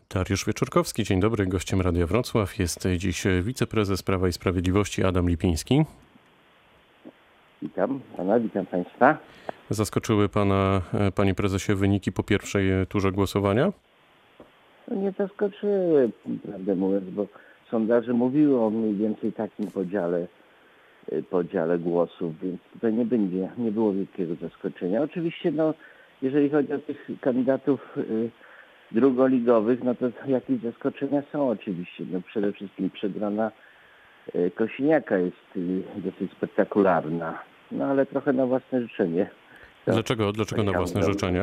Dariusz Wieczorkowski, dzień dobry. Gościem Radia Wrocław jest dziś wiceprezes Prawa i Sprawiedliwości Adam Lipiński. Witam pana, witam państwa. Zaskoczyły pana, panie prezesie, wyniki po pierwszej turze głosowania? No nie zaskoczyły, prawdę mówiąc, bo sondaże mówiły o mniej więcej takim podziale głosów, więc tutaj nie było wielkiego zaskoczenia. Oczywiście, jeżeli chodzi o tych kandydatów drugoligowych, no to jakieś zaskoczenia są oczywiście. Przede wszystkim przegrana Kosiniaka jest dosyć spektakularna, ale trochę na własne życzenie. Dlaczego na własne życzenie?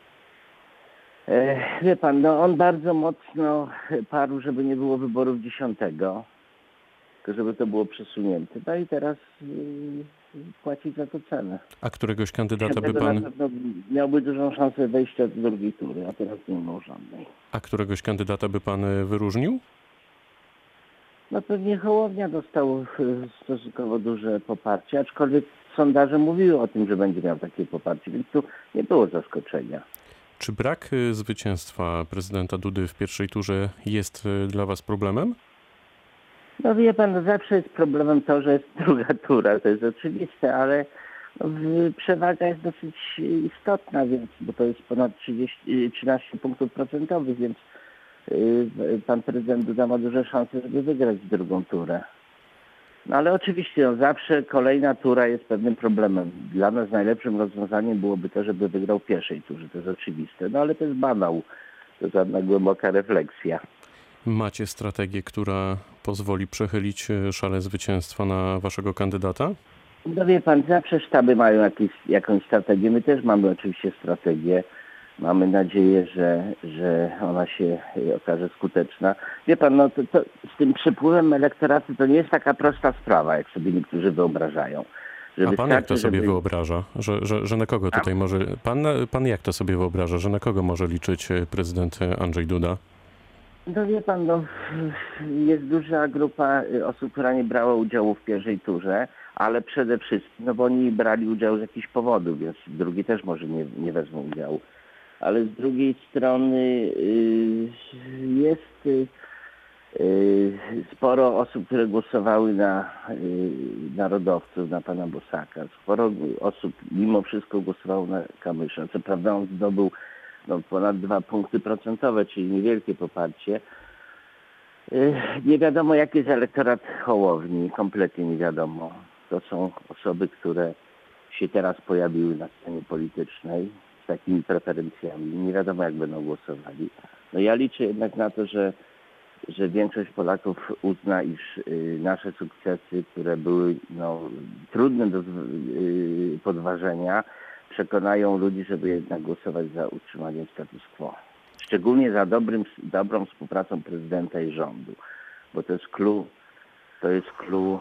Wie pan, on bardzo mocno parł, żeby nie było wyborów 10, tylko żeby to było przesunięte. No i teraz płaci za to cenę. A któregoś kandydata by Na pan... pewno miałby dużą szansę wejścia do drugiej tury, a teraz nie ma żadnej. A któregoś kandydata by pan wyróżnił? No pewnie Hołownia dostał stosunkowo duże poparcie, aczkolwiek sondaże mówiły o tym, że będzie miał takie poparcie, więc tu nie było zaskoczenia. Czy brak zwycięstwa prezydenta Dudy w pierwszej turze jest dla was problemem? No wie pan, zawsze jest problemem to, że jest druga tura, to jest oczywiste, ale przewaga jest dosyć istotna, bo to jest ponad 13 punktów procentowych, więc pan prezydent Duda ma duże szanse, żeby wygrać drugą turę. No ale oczywiście zawsze kolejna tura jest pewnym problemem. Dla nas najlepszym rozwiązaniem byłoby to, żeby wygrał w pierwszej turze, to jest oczywiste. No ale to jest banał, to żadna głęboka refleksja. Macie strategię, która pozwoli przechylić szale zwycięstwa na waszego kandydata? No wie pan, zawsze sztaby mają jakąś strategię. My też mamy oczywiście strategię. Mamy nadzieję, że ona się okaże skuteczna. Wie pan, to z tym przepływem elektoratu to nie jest taka prosta sprawa, jak sobie niektórzy wyobrażają. A pan jak to sobie wyobraża? Że na kogo tutaj może... Pan jak to sobie wyobraża? Że na kogo może liczyć prezydent Andrzej Duda? No wie pan, jest duża grupa osób, która nie brała udziału w pierwszej turze, ale przede wszystkim, bo oni brali udział z jakichś powodów, więc drugi też może nie wezmą udziału. Ale z drugiej strony jest sporo osób, które głosowały na narodowców, na pana Bosaka. Sporo osób mimo wszystko głosowało na Kamysza. Co prawda on zdobył ponad 2 punkty procentowe, czyli niewielkie poparcie. Nie wiadomo, jaki jest elektorat Hołowni, kompletnie nie wiadomo. To są osoby, które się teraz pojawiły na scenie politycznej z takimi preferencjami. Nie wiadomo, jak będą głosowali. Ja liczę jednak na to, że większość Polaków uzna, iż nasze sukcesy, które były trudne do podważenia, przekonają ludzi, żeby jednak głosować za utrzymaniem status quo. Szczególnie za dobrą współpracą prezydenta i rządu, bo to jest clue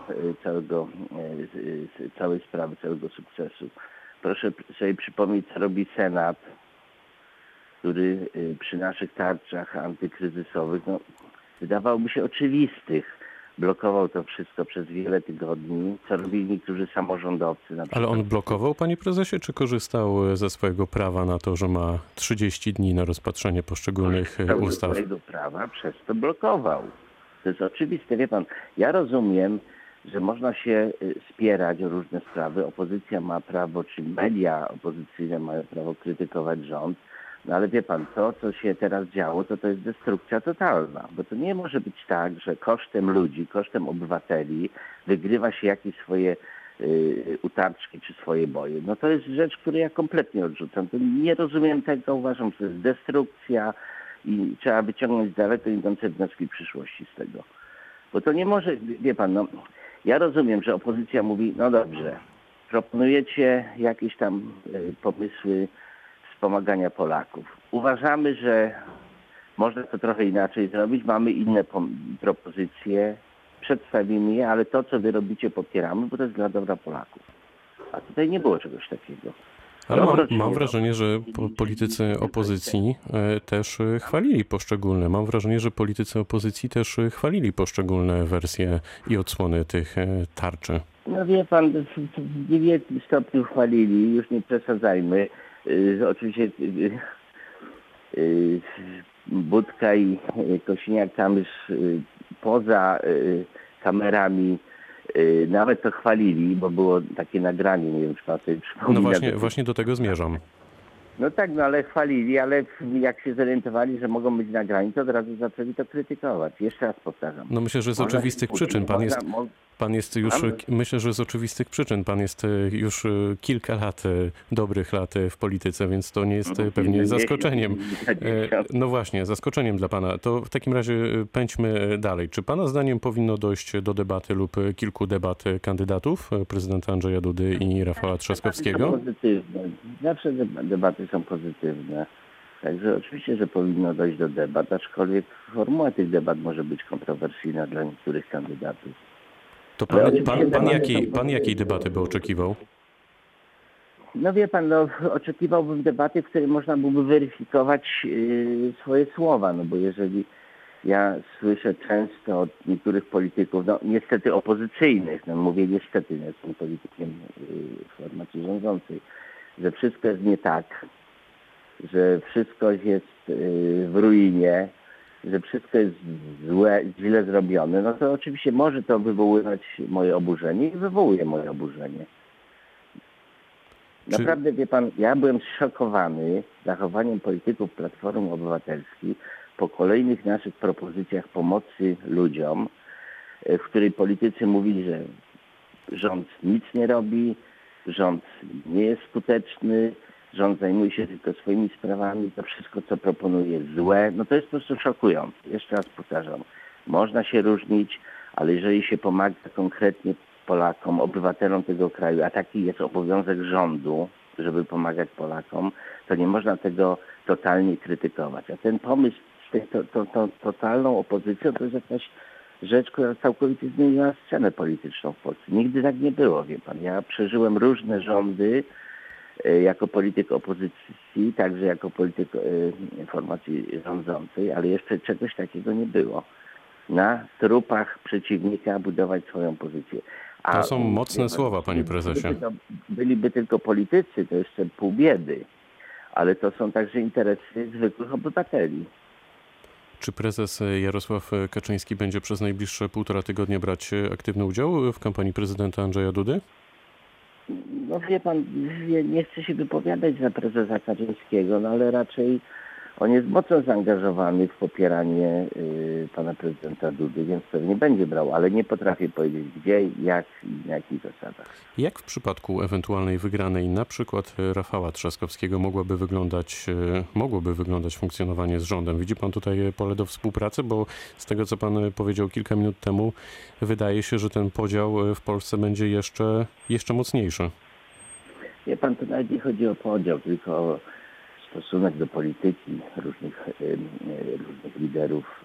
całej sprawy, całego sukcesu. Proszę sobie przypomnieć, co robi Senat, który przy naszych tarczach antykryzysowych, wydawałoby się oczywistych, blokował to wszystko przez wiele tygodni, co robili niektórzy samorządowcy. Na przykład. Ale on blokował, panie prezesie, czy korzystał ze swojego prawa na to, że ma 30 dni na rozpatrzenie poszczególnych ustaw? Ze swojego prawa przez to blokował. To jest oczywiste. Wie pan, ja rozumiem, że można się spierać o różne sprawy. Opozycja ma prawo, czy media opozycyjne mają prawo krytykować rząd. Ale wie pan, to co się teraz działo, to jest destrukcja totalna. Bo to nie może być tak, że kosztem ludzi, kosztem obywateli wygrywa się jakieś swoje utarczki czy swoje boje. To jest rzecz, której ja kompletnie odrzucam. To nie rozumiem tego, uważam, że to jest destrukcja i trzeba wyciągnąć daleko idące wnioski przyszłości z tego. Bo to nie może, wie pan, ja rozumiem, że opozycja mówi, dobrze, proponujecie jakieś tam pomysły pomagania Polaków. Uważamy, że można to trochę inaczej zrobić. Mamy inne propozycje, przedstawimy je, ale to, co wy robicie, popieramy, bo to jest dla dobra Polaków. A tutaj nie było czegoś takiego. Ale mam wrażenie, że politycy opozycji też chwalili poszczególne. Mam wrażenie, że politycy opozycji też chwalili poszczególne wersje i odsłony tych tarczy. Wie pan, w niewielkim stopniu chwalili, już nie przesadzajmy. Oczywiście Budka i Kosiniak-Kamysz poza kamerami nawet to chwalili, bo było takie nagranie, nie wiem, czy pan sobie przypomina. No właśnie do tego zmierzam. No tak, no ale chwalili, ale jak się zorientowali, że mogą być nagrani, to od razu zaczęli to krytykować. Jeszcze raz powtarzam. No myślę, że z oczywistych przyczyn. Pan jest już, myślę, że z oczywistych przyczyn. Pan jest już kilka lat, dobrych lat w polityce, więc to nie jest pewnie zaskoczeniem. No właśnie, zaskoczeniem dla pana. To w takim razie pędźmy dalej. Czy pana zdaniem powinno dojść do debaty lub kilku debat kandydatów, prezydenta Andrzeja Dudy i Rafała Trzaskowskiego? Pozytywne. Zawsze debaty są pozytywne. Także oczywiście, że powinno dojść do debat, aczkolwiek formuła tych debat może być kontrowersyjna dla niektórych kandydatów. To pan jakiej debaty by oczekiwał? No wie pan, no oczekiwałbym debaty, w której można byłoby weryfikować swoje słowa, no bo jeżeli ja słyszę często od niektórych polityków, no niestety opozycyjnych, no mówię niestety, ja jestem politykiem formacji rządzącej, że wszystko jest nie tak, że wszystko jest w ruinie, że wszystko jest źle zrobione, no to oczywiście może to wywoływać moje oburzenie i wywołuje moje oburzenie. Naprawdę, wie pan, ja byłem zszokowany zachowaniem polityków Platformy Obywatelskiej po kolejnych naszych propozycjach pomocy ludziom, w której politycy mówili, że rząd nic nie robi, rząd nie jest skuteczny, rząd zajmuje się tylko swoimi sprawami, to wszystko, co proponuje, jest złe. No to jest po prostu szokujące. Jeszcze raz powtarzam, można się różnić, ale jeżeli się pomaga konkretnie Polakom, obywatelom tego kraju, a taki jest obowiązek rządu, żeby pomagać Polakom, to nie można tego totalnie krytykować. A ten pomysł z tą totalną opozycją to jest jakaś rzecz, która całkowicie zmieniła scenę polityczną w Polsce. Nigdy tak nie było, wie pan. Ja przeżyłem różne rządy jako polityk opozycji, także jako polityk formacji rządzącej, ale jeszcze czegoś takiego nie było. Na trupach przeciwnika budować swoją pozycję. To są mocne słowa, panie prezesie. Byliby tylko politycy, to jeszcze pół biedy, ale to są także interesy zwykłych obywateli. Czy prezes Jarosław Kaczyński będzie przez najbliższe 1,5 tygodnia brać aktywny udział w kampanii prezydenta Andrzeja Dudy? No wie pan, nie chcę się wypowiadać za prezesa Kaczyńskiego, no ale raczej on jest mocno zaangażowany w popieranie pana prezydenta Dudy, więc pewnie będzie brał, ale nie potrafię powiedzieć gdzie, jak i na jakich zasadach. Jak w przypadku ewentualnej wygranej na przykład Rafała Trzaskowskiego mogłoby wyglądać funkcjonowanie z rządem? Widzi pan tutaj pole do współpracy? Bo z tego, co pan powiedział kilka minut temu, wydaje się, że ten podział w Polsce będzie jeszcze mocniejszy. Wie pan, to nawet nie chodzi o podział, tylko o stosunek do polityki różnych liderów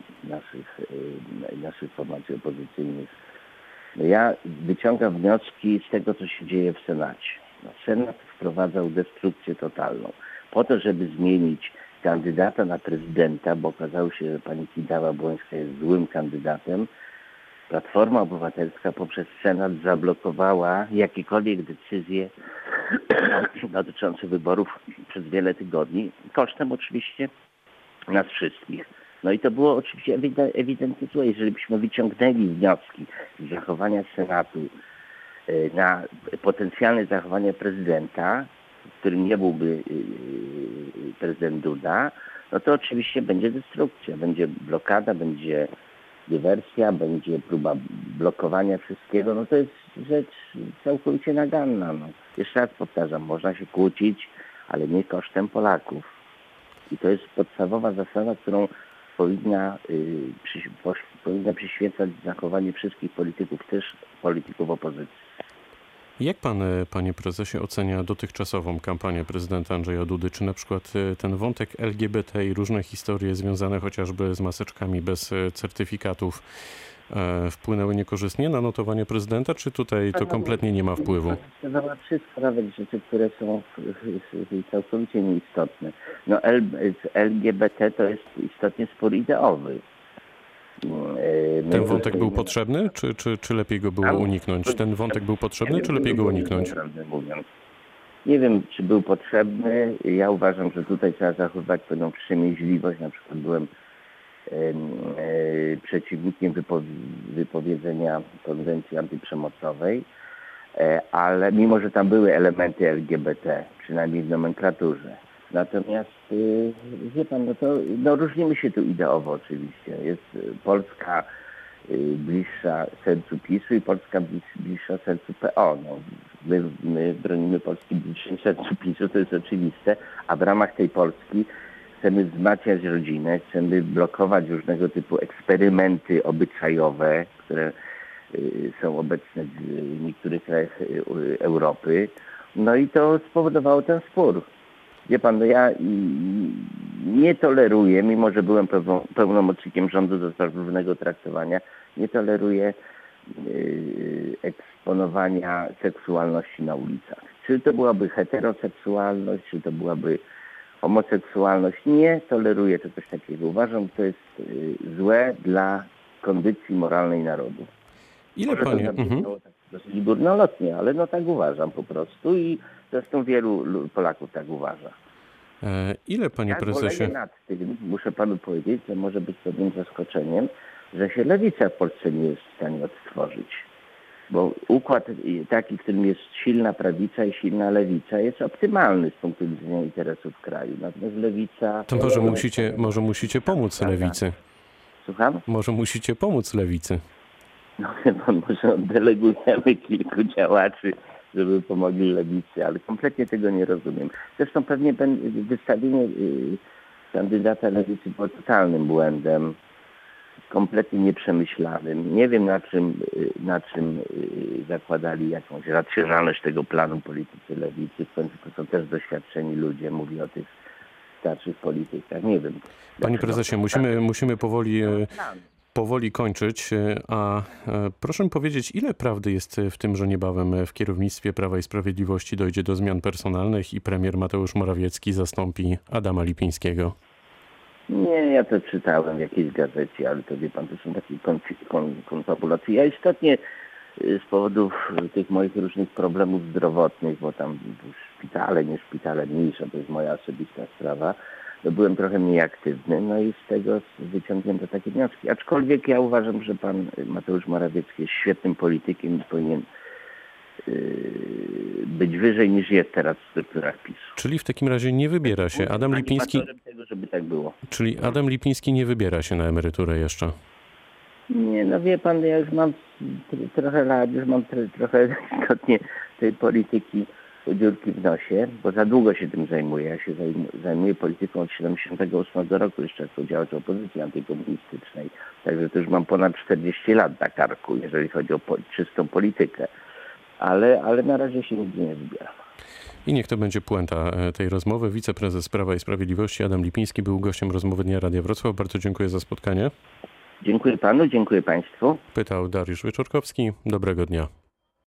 naszych formacji opozycyjnych. Ja wyciągam wnioski z tego, co się dzieje w Senacie. Senat wprowadzał destrukcję totalną. Po to, żeby zmienić kandydata na prezydenta, bo okazało się, że pani Kidawa-Błońska jest złym kandydatem, Platforma Obywatelska poprzez Senat zablokowała jakiekolwiek decyzje dotyczące wyborów przez wiele tygodni, kosztem oczywiście nas wszystkich. No i to było oczywiście ewidentnie złe. Jeżeli byśmy wyciągnęli wnioski z zachowania Senatu na potencjalne zachowanie prezydenta, którym nie byłby prezydent Duda, no to oczywiście będzie destrukcja, będzie blokada, będzie dywersja, będzie próba blokowania wszystkiego, no to jest rzecz całkowicie naganna. No. Jeszcze raz powtarzam, można się kłócić, ale nie kosztem Polaków. I to jest podstawowa zasada, którą powinna przyświecać zachowanie wszystkich polityków, też polityków opozycji. Jak pan, panie prezesie, ocenia dotychczasową kampanię prezydenta Andrzeja Dudy? Czy na przykład ten wątek LGBT i różne historie związane chociażby z maseczkami bez certyfikatów wpłynęły niekorzystnie na notowanie prezydenta, czy tutaj to kompletnie nie ma wpływu? Trzy sprawy, rzeczy, które są całkowicie nieistotne. No LGBT to jest istotnie spór ideowy. Ten wątek był potrzebny, czy lepiej go było uniknąć? Ten wątek był potrzebny, czy lepiej go uniknąć? Nie wiem, czy był potrzebny. Ja uważam, że tutaj trzeba zachowywać pewną wstrzemięźliwość. Na przykład byłem przeciwnikiem wypowiedzenia konwencji antyprzemocowej, ale mimo, że tam były elementy LGBT, przynajmniej w nomenklaturze. Natomiast wie pan, różnimy się tu ideowo oczywiście. Jest Polska bliższa sercu PiS-u i Polska bliższa sercu PO. My bronimy Polski bliższej sercu PiS-u, to jest oczywiste, a w ramach tej Polski chcemy wzmacniać rodzinę, chcemy blokować różnego typu eksperymenty obyczajowe, które są obecne w niektórych krajach Europy. No i to spowodowało ten spór. Wie pan, ja nie toleruję, mimo że byłem pełnomocnikiem rządu do spraw równego traktowania, nie toleruję eksponowania seksualności na ulicach. Czy to byłaby heteroseksualność, czy to byłaby homoseksualność, nie toleruję czegoś takiego. Uważam, że to jest złe dla kondycji moralnej narodu. Ile panie? Dosyć górnolotnie, ale tak uważam po prostu i zresztą wielu Polaków tak uważa. Ile, panie prezesie? Nad tym muszę panu powiedzieć, że może być pewnym zaskoczeniem, że się lewica w Polsce nie jest w stanie odtworzyć. Bo układ taki, w którym jest silna prawica i silna lewica, jest optymalny z punktu widzenia interesów kraju. Natomiast lewica... To może musicie pomóc lewicy. Słucham? Może musicie pomóc lewicy. No chyba może oddelegujemy kilku działaczy, żeby pomogli lewicy, ale kompletnie tego nie rozumiem. Zresztą pewnie wystawienie kandydata lewicy było totalnym błędem, kompletnie nieprzemyślanym. Nie wiem na czym zakładali jakąś racjonalność tego planu politycy lewicy. W końcu to są też doświadczeni ludzie, mówię o tych starszych politykach. Nie wiem. Panie prezesie, musimy powoli kończyć, a proszę mi powiedzieć, ile prawdy jest w tym, że niebawem w kierownictwie Prawa i Sprawiedliwości dojdzie do zmian personalnych i premier Mateusz Morawiecki zastąpi Adama Lipińskiego? Nie, ja to czytałem w jakiejś gazecie, ale to wie pan, to są takie konfabulacje. Ja istotnie z powodów tych moich różnych problemów zdrowotnych, bo tam nie szpitale, mniejsza, to jest moja osobista sprawa, byłem trochę mniej aktywny, no i z tego wyciągnięto takie wnioski. Aczkolwiek ja uważam, że pan Mateusz Morawiecki jest świetnym politykiem i powinien być wyżej niż jest teraz w strukturach PiS-u. Czyli w takim razie nie wybiera się Adam Lipiński. Tego, żeby tak było. Czyli Adam Lipiński nie wybiera się na emeryturę jeszcze. Nie, no wie pan, ja już mam trochę lat, trochę istotnie tej polityki dziurki w nosie, bo za długo się tym zajmuję. Ja się zajmuję polityką od 1978 roku, jeszcze jako działacz opozycji antykomunistycznej. Także to już mam ponad 40 lat na karku, jeżeli chodzi o czystą politykę. Ale na razie się nigdzie nie wybieram. I niech to będzie puenta tej rozmowy. Wiceprezes Prawa i Sprawiedliwości Adam Lipiński był gościem rozmowy Dnia Radia Wrocław. Bardzo dziękuję za spotkanie. Dziękuję panu, dziękuję państwu. Pytał Dariusz Wieczorkowski. Dobrego dnia.